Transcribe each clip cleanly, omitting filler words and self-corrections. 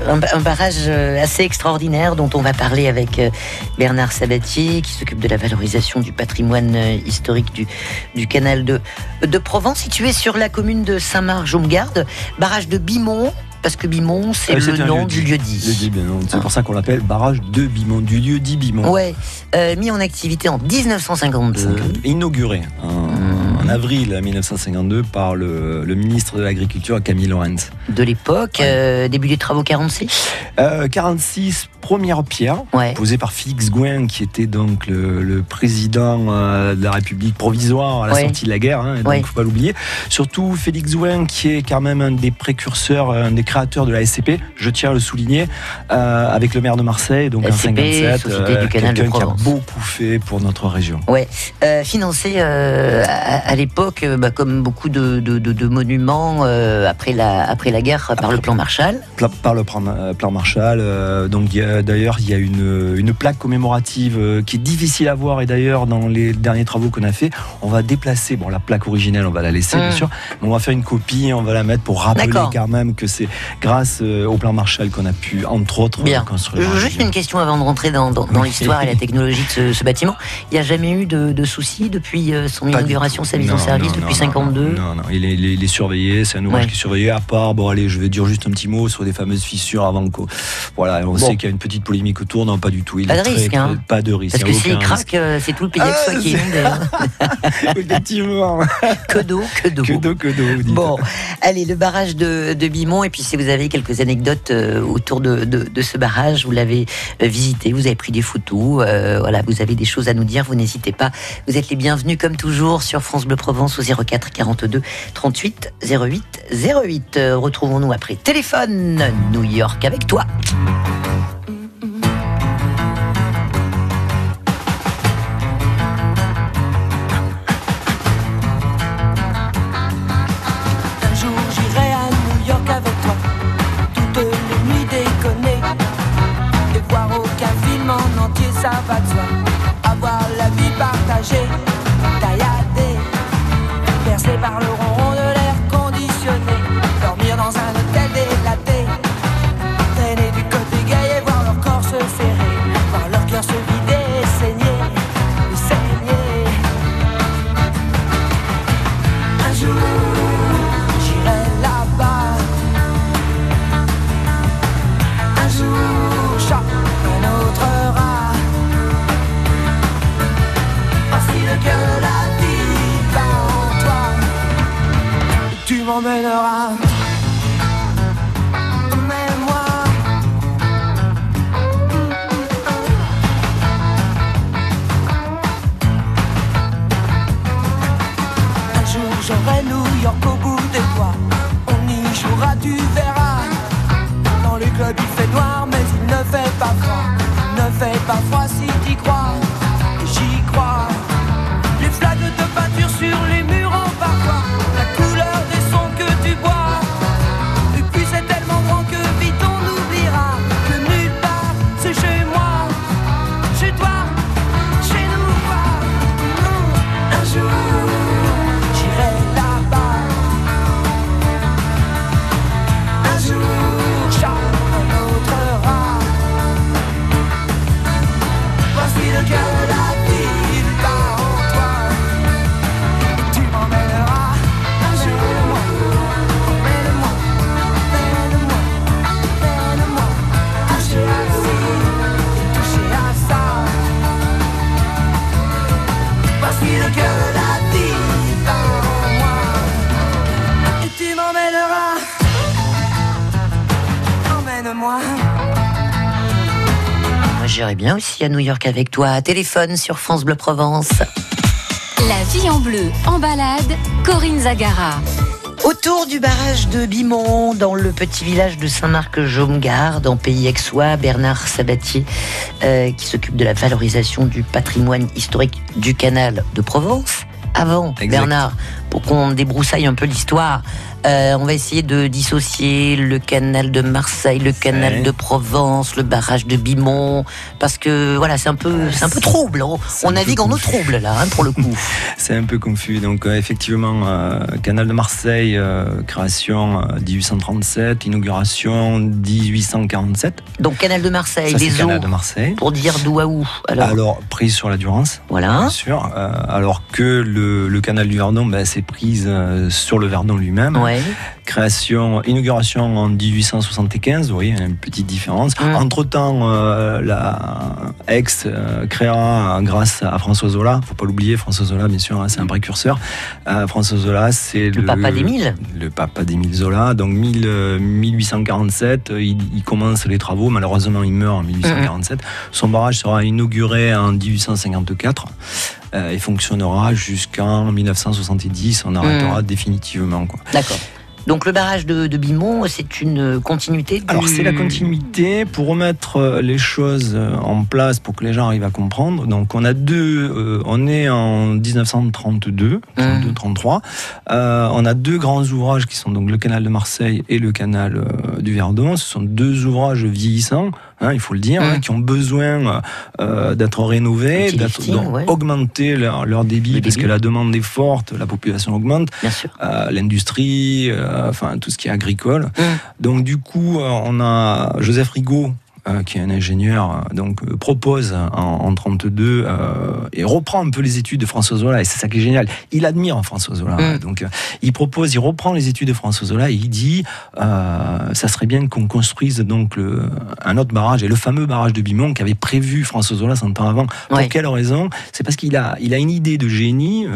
un barrage assez extraordinaire dont on va parler avec Bernard Sabatier, qui s'occupe de la valorisation du patrimoine historique du canal de Provence, situé sur la commune de Saint-Marc-Jaumegarde, barrage de Bimont. Parce que Bimont, c'est le nom du lieu-dit. C'est pour ça qu'on l'appelle barrage de Bimont, du lieu-dit Bimont. Ouais, mis en activité en 1952. Inauguré en avril 1952 par le ministre de l'Agriculture, Camille Laurens. De l'époque, début des travaux 46 46, première pierre, ouais. Posée par Félix Gouin, qui était donc le président de la République provisoire à la sortie de la guerre, donc il ne faut pas l'oublier. Surtout Félix Gouin, qui est quand même un des précurseurs, un des créateurs de la SCP, je tiens à le souligner, avec le maire de Marseille, donc SCP, en 57, Société du Canal de quelqu'un Provence. qui a beaucoup fait pour notre région. Ouais, financé à l'époque, comme beaucoup de monuments après la guerre, par le plan Marshall. Par le plan Marshall. Donc d'ailleurs, il y a une plaque commémorative qui est difficile à voir, et d'ailleurs dans les derniers travaux qu'on a fait, on va déplacer. Bon, la plaque originelle, on va la laisser bien sûr, mais on va faire une copie, on va la mettre pour rappeler quand même que c'est grâce au plan Marshall qu'on a pu, entre autres, construire. Juste une question avant de rentrer dans l'histoire et la technologie de ce bâtiment. Il n'y a jamais eu de soucis depuis son inauguration, sa mise en service, depuis 52 ? Non, il est surveillé, c'est un ouvrage qui est surveillé, à part, je vais dire juste un petit mot sur les fameuses fissures avant que... Voilà, on sait qu'il y a une petite polémique autour, non, pas du tout. Pas de risque, pas de risque. Parce que s'il craque, c'est tout le pays qui est inondé. Effectivement. Que d'eau. Bon, allez, le barrage de Bimont, et puis si vous avez quelques anecdotes autour de ce barrage, vous l'avez visité, vous avez pris des photos, vous avez des choses à nous dire, vous n'hésitez pas. Vous êtes les bienvenus comme toujours sur France Bleu Provence au 04 42 38 08 08. Retrouvons-nous après téléphone New York avec toi. Ça va de soi, avoir la vie partagée, tailladée, percée par le ronron de l'air conditionné, dormir dans un hôtel délaté, traîner du côté gay et voir leur corps se serrer, voir leur cœur se vider et saigner. Un jour, j'irai là-bas, un jour, chat, un autre rat. Que la vie va en toi, tu m'emmèneras. Emmène-moi. Un jour j'aurai New York au bout des doigts. On y jouera, tu verras. Dans les clubs il fait noir, mais il ne fait pas froid. Il ne fait pas froid si t'y crois. Et j'y crois. Les flaques de peinture sur les murs en parfois, la couleur des sons que tu bois. Et puis c'est tellement grand que vite on oubliera que nulle part c'est chez moi, chez toi, chez nous. Un jour j'irai là-bas, un jour chat, un autre rat. Voici le cœur de la ville part en toi, et tu m'emmèneras un jour. Emmène-moi, emmène-moi, emmène-moi, toucher à ci et toucher à ça. Voici le cœur de la ville part en moi, et tu m'emmèneras. Emmène-moi. J'irai bien aussi à New York avec toi. Téléphone sur France Bleu Provence. La vie en bleu, en balade, Corinne Zagara. Autour du barrage de Bimont, dans le petit village de Saint-Marc-Jaumegarde, en Pays Aixois, Bernard Sabatier, qui s'occupe de la valorisation du patrimoine historique du canal de Provence. Avant, exact. Bernard, pour qu'on débroussaille un peu l'histoire, On va essayer de dissocier le canal de Marseille, le canal de Provence, le barrage de Bimont, parce que voilà, c'est un peu trouble. On navigue en eau trouble là, pour le coup. C'est un peu confus. Donc effectivement, canal de Marseille, création 1837, inauguration 1847. Donc canal de Marseille, ça, les eaux. Canal de Marseille. Pour dire d'où à où. Alors prise sur la Durance. Voilà. Bien sûr. Alors que le canal du Verdon, c'est prise sur le Verdon lui-même. Ouais. Inauguration en 1875, vous voyez, une petite différence. Entre-temps, la Aix créera, grâce à François Zola, faut pas l'oublier, François Zola, bien sûr, c'est un précurseur. François Zola, c'est le papa d'Émile. Le papa d'Émile Zola. Donc 1847, il commence les travaux. Malheureusement, il meurt en 1847. Son barrage sera inauguré en 1854. Et fonctionnera jusqu'en 1970. On arrêtera définitivement, quoi. D'accord. Donc le barrage de Bimont, c'est une continuité Alors c'est la continuité pour remettre les choses en place pour que les gens arrivent à comprendre. Donc on a on est en 1932, 33. On a deux grands ouvrages qui sont donc le canal de Marseille et le canal du Verdon. Ce sont deux ouvrages vieillissants, il faut le dire, qui ont besoin d'être rénovés, d'augmenter leur débit, parce que la demande est forte, la population augmente, l'industrie, tout ce qui est agricole. Donc du coup, on a Joseph Rigaud, qui est un ingénieur, propose en 32 et reprend un peu les études de François Zola, et c'est ça qui est génial. Il admire François Zola, donc il reprend les études de François Zola et il dit ça serait bien qu'on construise donc un autre barrage, et le fameux barrage de Bimont qu'avait prévu François Zola 100 ans avant. Pour quelle raison ? C'est parce qu'il a une idée de génie,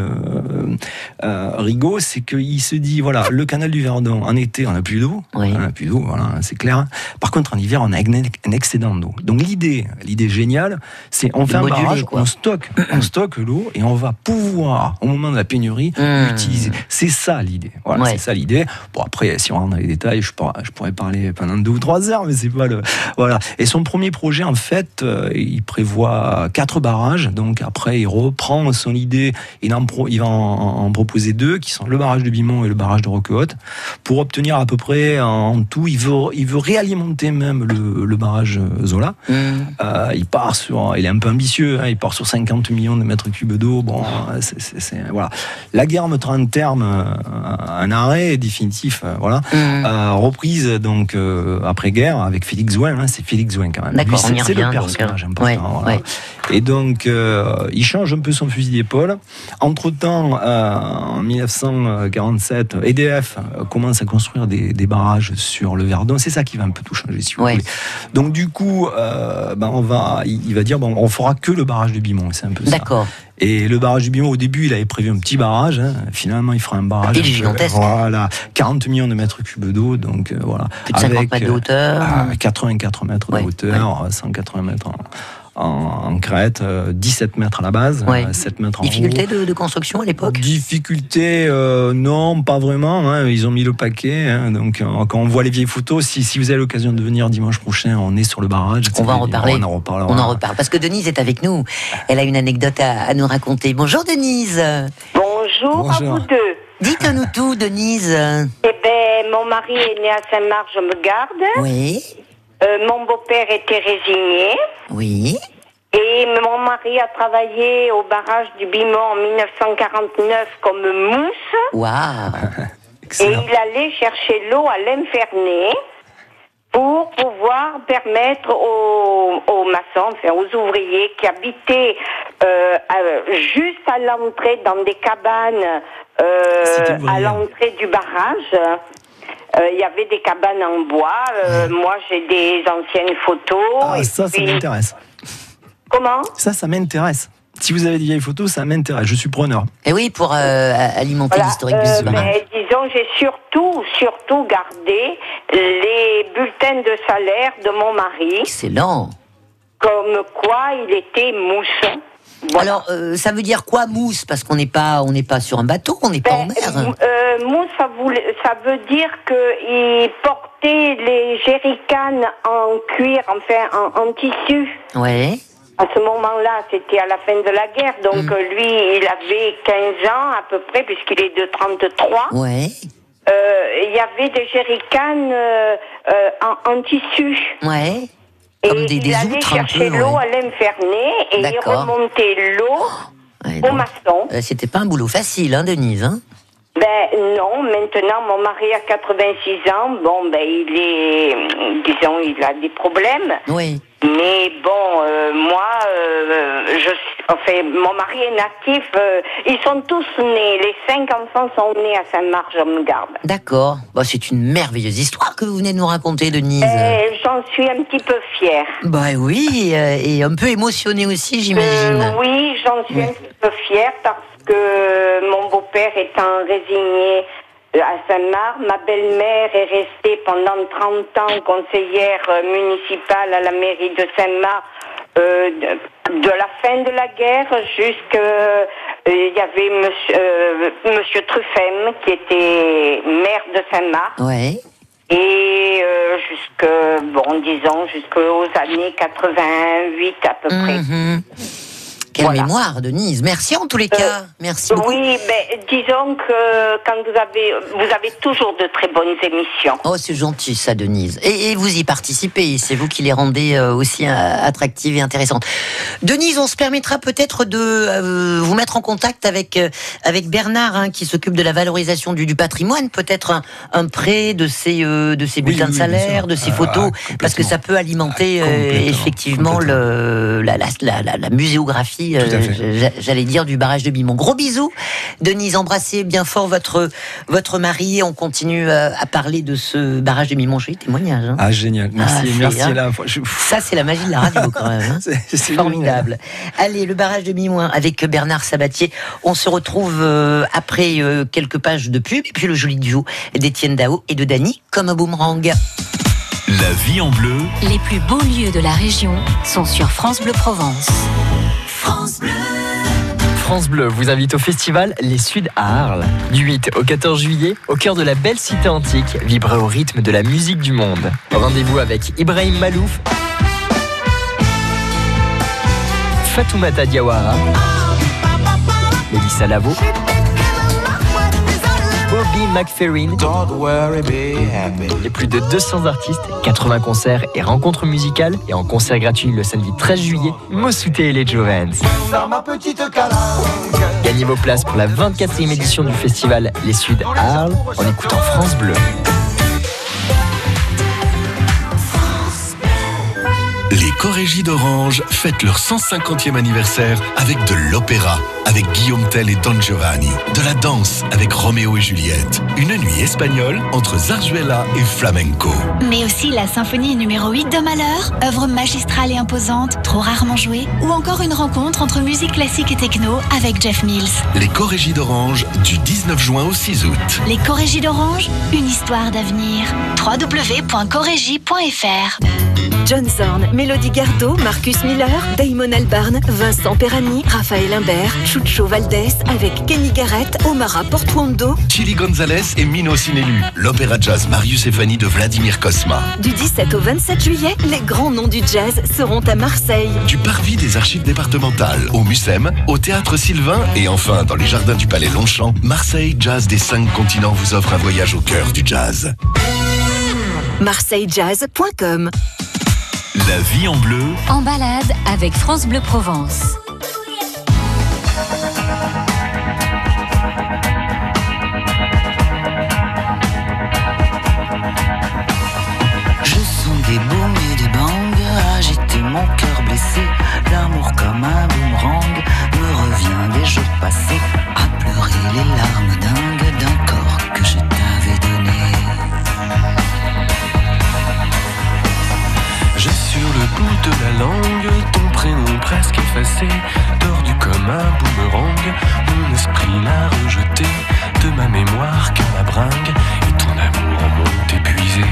Rigaud, c'est qu'il se dit voilà, le canal du Verdon, en été on n'a plus d'eau, voilà, c'est clair. Par contre en hiver on a un excédent d'eau. Donc l'idée géniale, c'est on fait un barrage, on stocke l'eau et on va pouvoir, au moment de la pénurie, l'utiliser. C'est ça l'idée. Voilà, c'est ça l'idée. Bon après, si on rentre dans les détails, je pourrais parler pendant 2 ou 3 heures, mais c'est pas le. Voilà. Et son premier projet, en fait, il prévoit 4 barrages. Donc après, il reprend son idée. Il va en proposer 2, qui sont le barrage de Bimont et le barrage de Roquehaute, pour obtenir à peu près en tout. Il veut réalimenter même le barrage Zola. Il est un peu ambitieux, il part sur 50 millions de mètres cubes d'eau. Bon, voilà. La guerre mettra un terme, un arrêt définitif, reprise donc après-guerre avec Félix Zouin, c'est Félix Zouin quand même. D'accord, c'est le personnage important. Et donc il change un peu son fusil d'épaule. Entre-temps, en 1947, EDF commence à construire des barrages sur le Verdon. C'est ça qui va un peu tout changer, si vous voulez. Donc du coup, il va dire on fera que le barrage de Bimont, c'est un peu ça. D'accord. Et le barrage du Bimont, au début, il avait prévu un petit barrage. Finalement, il fera un barrage. Il est gigantesque. 40 millions de mètres cubes d'eau, donc voilà. Plus de 50 mètres de hauteur. 84 mètres de hauteur, 180 mètres en crête, 17 mètres à la base, 7 mètres en haut. Difficulté de construction à l'époque ? Difficulté, non, pas vraiment. Ils ont mis le paquet. Donc, quand on voit les vieilles photos, si vous avez l'occasion de venir dimanche prochain, on est sur le barrage. On va en reparler. On en reparlera. On en reparle. Parce que Denise est avec nous. Elle a une anecdote à nous raconter. Bonjour Denise. Bonjour à vous deux. Dites-nous tout, Denise. Mon mari est né à Saint-Marc-je-me-Garde. Oui. Mon beau-père était résigné. Oui. Et mon mari a travaillé au barrage du Bimont en 1949 comme mousse. Waouh. Et il allait chercher l'eau à l'Infernet pour pouvoir permettre aux maçons, aux ouvriers qui habitaient juste à l'entrée dans des cabanes à l'entrée du barrage. Il y avait des cabanes en bois. Moi, j'ai des anciennes photos. Ça m'intéresse. Comment ? Ça m'intéresse. Si vous avez des vieilles photos, ça m'intéresse. Je suis preneur. Et oui, pour alimenter l'historique de ce barrage. Disons, j'ai surtout gardé les bulletins de salaire de mon mari. Excellent. Comme quoi, il était mousse. Voilà. Alors, ça veut dire quoi, mousse ? Parce qu'on n'est pas sur un bateau, on n'est pas en mer. Mousse, ça veut dire qu'il portait les jerrycans en cuir, en tissu. Ouais. À ce moment-là, c'était à la fin de la guerre, donc lui, il avait 15 ans à peu près, puisqu'il est de 33. Ouais. il y avait des jerrycans en tissu. Ouais. Et Comme des il allait outres chercher un peu, l'eau ouais. à l'infernet et il remontait l'eau Ouais, au donc, maçon. c'était pas un boulot facile, hein, Denise, hein? Ben non, maintenant mon mari a 86 ans, bon ben il a des problèmes. Oui. Mais bon, moi, mon mari est natif, ils sont tous nés, les 5 enfants sont nés à Saint-Marc-Jean-de-Garde. D'accord. Bon, c'est une merveilleuse histoire que vous venez de nous raconter, Denise. J'en suis un petit peu fière. Bah oui, et un peu émotionnée aussi, j'imagine. Oui, j'en suis un petit peu fière parce que mon beau-père étant résigné à Saint-Marc, ma belle-mère est restée pendant 30 ans conseillère municipale à la mairie de Saint-Marc de la fin de la guerre jusqu'à... Il y avait monsieur Truffem qui était maire de Saint-Marc. Ouais. Et jusqu'aux années 88 à peu près. Quelle Voilà. mémoire, Denise. Merci en tous les cas. Merci beaucoup. Oui, disons que quand vous avez toujours de très bonnes émissions. Oh, c'est gentil ça, Denise. Et vous y participez, c'est vous qui les rendez aussi attractives et intéressantes. Denise, on se permettra peut-être de vous mettre en contact avec Bernard, hein, qui s'occupe de la valorisation du patrimoine, peut-être un prêt de ses bulletins de salaire, de ses photos, parce que ça peut alimenter effectivement la muséographie, j'allais dire, du barrage de Bimont. Gros bisous, Denise, embrassez bien fort votre mari. On continue à parler de ce barrage de Bimont. Joli témoignage. Hein. Ah, génial, merci à la fois. Ça, c'est la magie de la radio quand même. Hein. c'est formidable. Allez, le barrage de Bimont avec Bernard Sabatier. On se retrouve après quelques pages de pub, et puis le joli duo d'Étienne Dao et de Dany, comme un boomerang. La vie en bleu. Les plus beaux lieux de la région sont sur France Bleu Provence. France Bleu. France Bleu vous invite au festival Les Suds à Arles. Du 8 au 14 juillet, au cœur de la belle cité antique, vibrez au rythme de la musique du monde. Rendez-vous avec Ibrahim Malouf, Fatoumata Diawara, Mélissa Lavo, Bobby McFerrin et plus de 200 artistes, 80 concerts et rencontres musicales, et en concert gratuit le samedi 13 juillet, Mossouté et les Jovens. Gagnez vos places pour la 24e édition du festival Les Suds à Arles en écoutant France Bleu. Les Corégies d'Orange fêtent leur 150e anniversaire avec de l'opéra, avec Guillaume Tell et Don Giovanni, de la danse avec Roméo et Juliette, une nuit espagnole entre zarzuela et flamenco. Mais aussi la symphonie numéro 8 de Mahler, œuvre magistrale et imposante, trop rarement jouée, ou encore une rencontre entre musique classique et techno avec Jeff Mills. Les Corégies d'Orange du 19 juin au 6 août. Les Corégies d'Orange, une histoire d'avenir. www.corégie.fr. John Zorn, Mélodie Gardot, Marcus Miller, Damon Albarn, Vincent Perani, Raphaël Imbert, Chucho Valdés avec Kenny Garrett, Omara Portuondo, Chili Gonzalez et Mino Sinelu. L'opéra jazz Marius et Fanny de Vladimir Cosma. Du 17 au 27 juillet, les grands noms du jazz seront à Marseille. Du parvis des archives départementales au Mucem, au Théâtre Sylvain et enfin dans les jardins du Palais Longchamp, Marseille Jazz des 5 continents vous offre un voyage au cœur du jazz. marseillejazz.com. La vie en bleu. En balade avec France Bleu Provence. Je sens des booms et des bangs, agiter mon cœur blessé. L'amour comme un boomerang me revient des jours passés, à pleurer les larmes dingues d'un corps que je t'avais donné. J'ai sur le bout de la langue ton prénom presque effacé, tordu comme un boomerang. Mon esprit l'a rejeté de ma mémoire comme ma bringue, et ton amour en monte épuisé.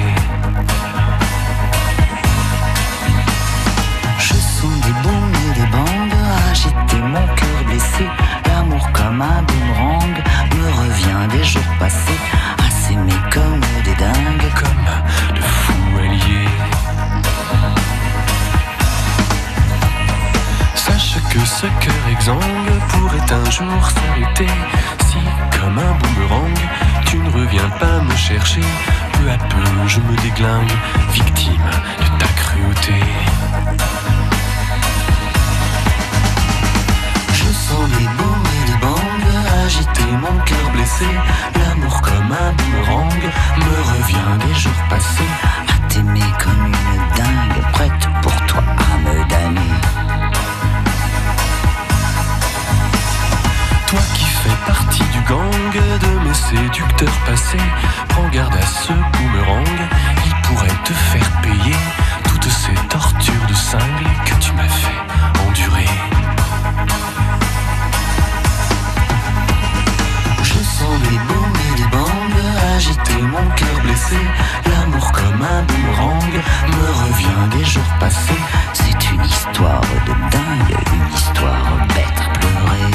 Je sens des booms et des bangs, agiter mon cœur blessé. L'amour comme un boomerang me revient des jours passés, à s'aimer comme des dingues, comme de fous alliés. Sache que ce cœur exsangue pourrait un jour s'arrêter, si comme un boomerang tu ne reviens pas me chercher, peu à peu je me déglingue, victime de ta cruauté. Je sens des booms et des bangs agiter mon cœur blessé. L'amour comme un boomerang me revient des jours passés. À t'aimer comme une dingue, prête pour toi à me damner. Toi qui fais partie du gang de mes séducteurs passés, prends garde à ce boomerang, il pourrait te faire payer toutes ces tortures de cingle que tu m'as fait endurer. Je sens des booms et des bangs agiter mon cœur blessé. L'amour comme un boomerang me revient des jours passés. C'est une histoire de dingue, une histoire bête à pleurer.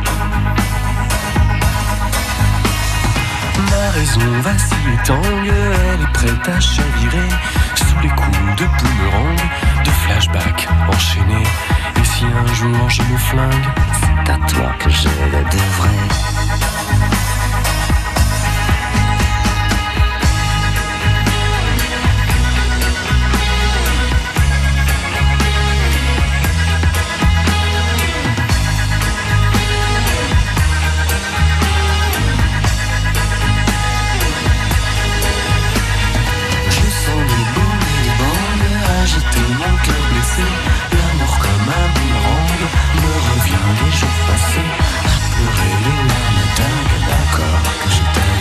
Ma raison vacille et tangue, elle est prête à chavirer sous les coups de boomerang, de flashback enchaînés. Et si un jour je me flingue, c'est à toi que je le devrais. L'amour comme un boomerang me revient des jours passés, à pleurer les larmes dingues d'accord que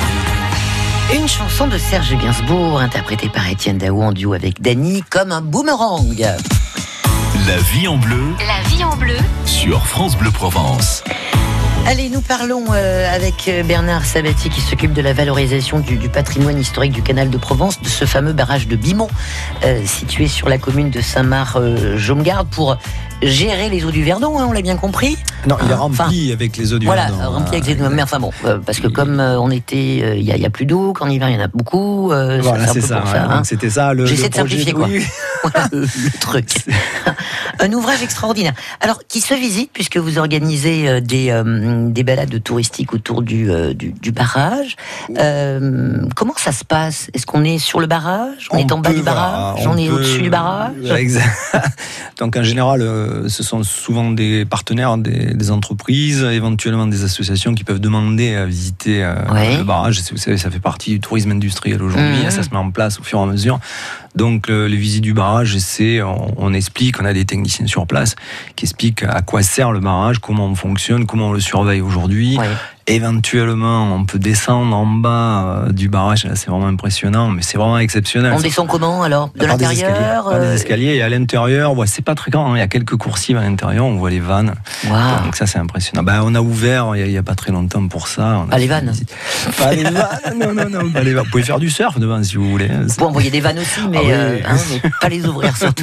je t'aime. Une chanson de Serge Gainsbourg, interprétée par Étienne Daou en duo avec Dany, comme un boomerang. La vie en bleu. La vie en bleu. Sur France Bleu Provence. Allez, nous parlons avec Bernard Sabatier qui s'occupe de la valorisation du patrimoine historique du canal de Provence, de ce fameux barrage de Bimont, situé sur la commune de Saint-Marc-Jaumegarde, pour gérer les eaux du Verdon, hein, on l'a bien compris. Non, il est rempli avec les eaux du Verdon. Voilà, rempli avec les eaux. Mais enfin bon, parce que comme on était, il y a plus d'eau, qu'en hiver il y en a beaucoup. Voilà, c'est ça. Hein. C'était ça le J'essaie de simplifier, quoi. Oui. Voilà, le truc. Un ouvrage extraordinaire. Alors, qui se visite, puisque vous organisez des balades touristiques autour du barrage. Comment ça se passe ? Est-ce qu'on est sur le barrage ? On est en bas du barrage ? On est au-dessus du barrage ? Exact. Donc en général, ce sont souvent des partenaires, des entreprises, éventuellement des associations qui peuvent demander à visiter le barrage. Vous savez, ça fait partie du tourisme industriel aujourd'hui. Ça se met en place au fur et à mesure. Donc les visites du barrage, on explique, on a des techniciens sur place qui expliquent à quoi sert le barrage, comment on fonctionne, comment on le surveille aujourd'hui. Ouais. Éventuellement, on peut descendre en bas du barrage. Là, c'est vraiment impressionnant, mais c'est vraiment exceptionnel. On descend comment alors ? De l'intérieur ? Par des escaliers. Et à l'intérieur, c'est pas très grand. Il y a quelques coursives à l'intérieur. On voit les vannes. Wow. Donc ça, c'est impressionnant. On a ouvert il y a pas très longtemps pour ça. Pas les vannes. Pas les vannes. Non. Pas les vannes. Vous pouvez faire du surf devant si vous voulez. Vous pouvez envoyer des vannes aussi, mais, mais pas les ouvrir surtout.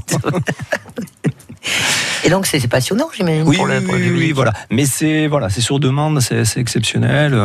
Et donc c'est passionnant, j'imagine. Oui, voilà. Mais c'est sur demande, c'est exceptionnel.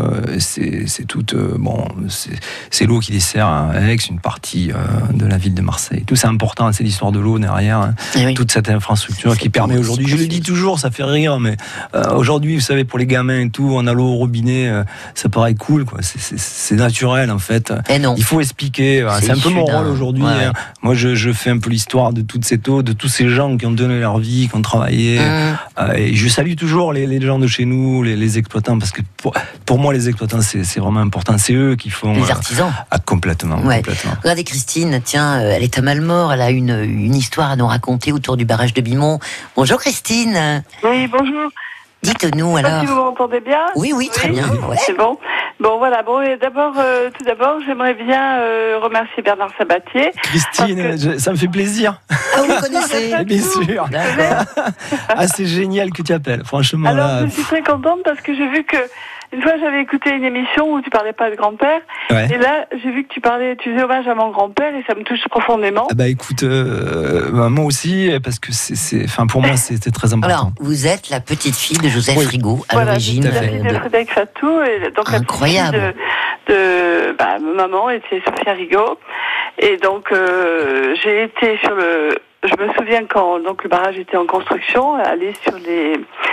C'est l'eau qui dessert Aix, une partie de la ville de Marseille. Tout c'est important, c'est l'histoire de l'eau derrière. Toute cette infrastructure qui permet aujourd'hui. Je le dis toujours, ça fait rire, mais aujourd'hui, vous savez, pour les gamins et tout, on a l'eau au robinet, ça paraît cool, quoi. C'est naturel en fait. Et non. Il faut expliquer. C'est un peu mon rôle aujourd'hui. Ouais. Moi, je fais un peu l'histoire de toute cette eau, de tous ces gens qui ont donné leur vie, qui ont travaillé. Et je salue toujours les gens de chez nous, les exploitants, parce que pour moi, les exploitants, c'est vraiment important. C'est eux qui font... Les artisans. Complètement. Regardez Christine, tiens, elle est à Malmort, elle a une histoire à nous raconter autour du barrage de Bimont. Bonjour Christine. Oui, bonjour. Dites-nous alors. Si vous m'entendez bien ? Oui, très bien. Ouais. C'est bon. Bon, voilà. Bon, et tout d'abord, j'aimerais bien remercier Bernard Sabatier. Christine, ça me fait plaisir. Ah, vous connaissez ? Bien sûr. C'est génial que tu appelles. Franchement. Alors, je suis très contente parce que j'ai vu que une fois, j'avais écouté une émission où tu parlais pas de grand-père. Ouais. Et là, j'ai vu que tu faisais hommage à mon grand-père et ça me touche profondément. Écoute, moi aussi, parce que pour moi, c'était très important. Alors, vous êtes la petite fille de Joseph Rigaud, à l'origine. La fille de Frédéric Fatou. Et donc, incroyable. La fille de maman était Sophia Rigaud. Et donc, j'ai été sur le... Je me souviens quand donc le barrage était en construction, aller sur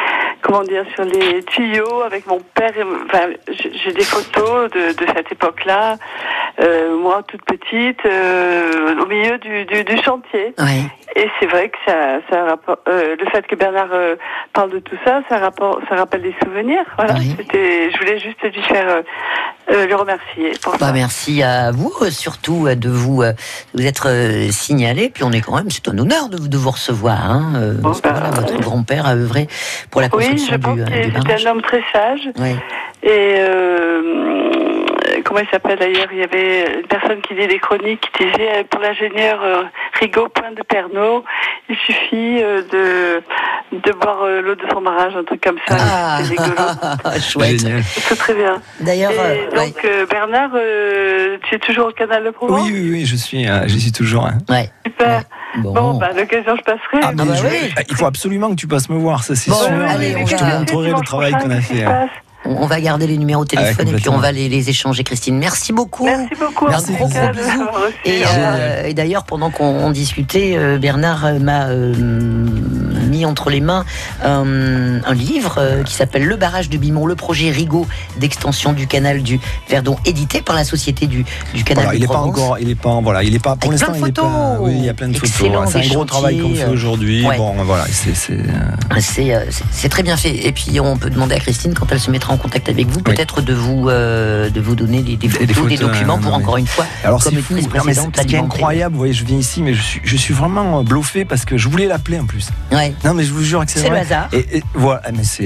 sur les tuyaux avec mon père. Enfin, j'ai des photos de cette époque-là, moi toute petite, au milieu du chantier. Oui. Et c'est vrai que le fait que Bernard parle de tout ça, ça rappelle des souvenirs. Voilà. Oui. Je voulais juste lui faire le remercier pour ça. Merci à vous, surtout de vous être signalé. Puis c'est un honneur de vous recevoir. Hein, parce que voilà, votre grand-père a œuvré pour la construction du barrage. Oui, je pense qu'il était un homme très sage. Oui. Et comment il s'appelle d'ailleurs? Il y avait une personne qui lit des chroniques qui disait pour l'ingénieur Rigaud, point de Pernod, il suffit de boire l'eau de son barrage, un truc comme ça. C'est rigolo. Chouette. C'est très bien. D'ailleurs, donc Bernard, tu es toujours au canal de Provence? Oui, j'y suis toujours. Hein. Ouais. Super. Ouais. Bon, l'occasion, je passerai. Il faut absolument que tu passes me voir, ça c'est sûr. Allez, je te montrerai le travail qu'on a fait. On va garder les numéros de téléphone et puis on va les échanger, Christine. Merci beaucoup. Merci beaucoup. Merci. Gros bisous. Et d'ailleurs, pendant qu'on discutait, Bernard m'a mis entre les mains un livre qui s'appelle Le barrage de Bimont, le projet Rigaud d'extension du canal du Verdon, édité par la société du canal de Provence. Il est pas pour l'instant. Oui, il y a plein de photos. C'est un gros travail qu'on fait aujourd'hui. Ouais. Bon, voilà, c'est très bien fait. Et puis on peut demander à Christine, quand elle se mettra en contact avec vous, peut-être de vous donner des photos, des documents pour encore une fois. Alors comme c'est fou. Ce qui est incroyable, vous voyez, je viens ici, mais je suis vraiment bluffé parce que je voulais l'appeler en plus. Ouais. Non, mais je vous jure que c'est le hasard. Et voilà, mais c'est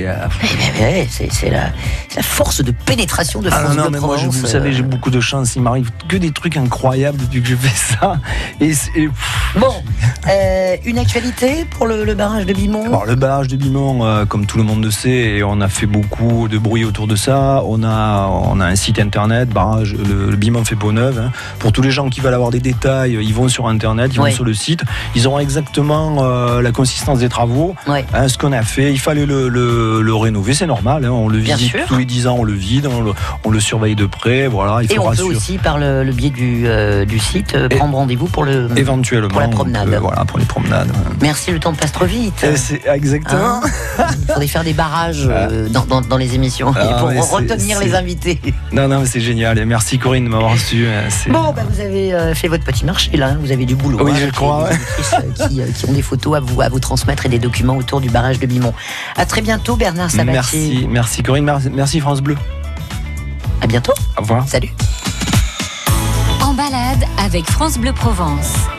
la force de pénétration de France Bleu Provence. Moi, vous savez, j'ai beaucoup de chance. Il m'arrive que des trucs incroyables depuis que je fais ça. Bon, une actualité pour le barrage de Bimont. Alors, le barrage de Bimont, comme tout le monde le sait, et on a fait beaucoup de bruit autour de ça. On a un site internet, barrage, le Bimont fait peau neuve. Hein. Pour tous les gens qui veulent avoir des détails, ils vont sur internet, ils vont sur le site. Ils auront exactement la consistance des travaux, ce qu'on a fait. Il fallait le rénover, c'est normal. Hein. On le visite tous les 10 ans, on le vide, on le surveille de près. Voilà, et on peut aussi, par le biais du site, prendre rendez-vous pour éventuellement pour la promenade. Pour les promenades. Merci, le temps passe trop vite. Exactement. Il faudrait faire des barrages dans les émissions pour retenir les invités. Non, mais c'est génial. Et merci Corinne de m'avoir reçu. Bon, vous avez fait votre petit marché là. Vous avez du boulot. Oui, je crois. Qui ont des photos à vous transmettre et des documents autour du barrage de Bimont. À très bientôt, Bernard Sabatier. Merci Corinne. Merci France Bleu. À bientôt. Au revoir. Salut. En balade avec France Bleu Provence.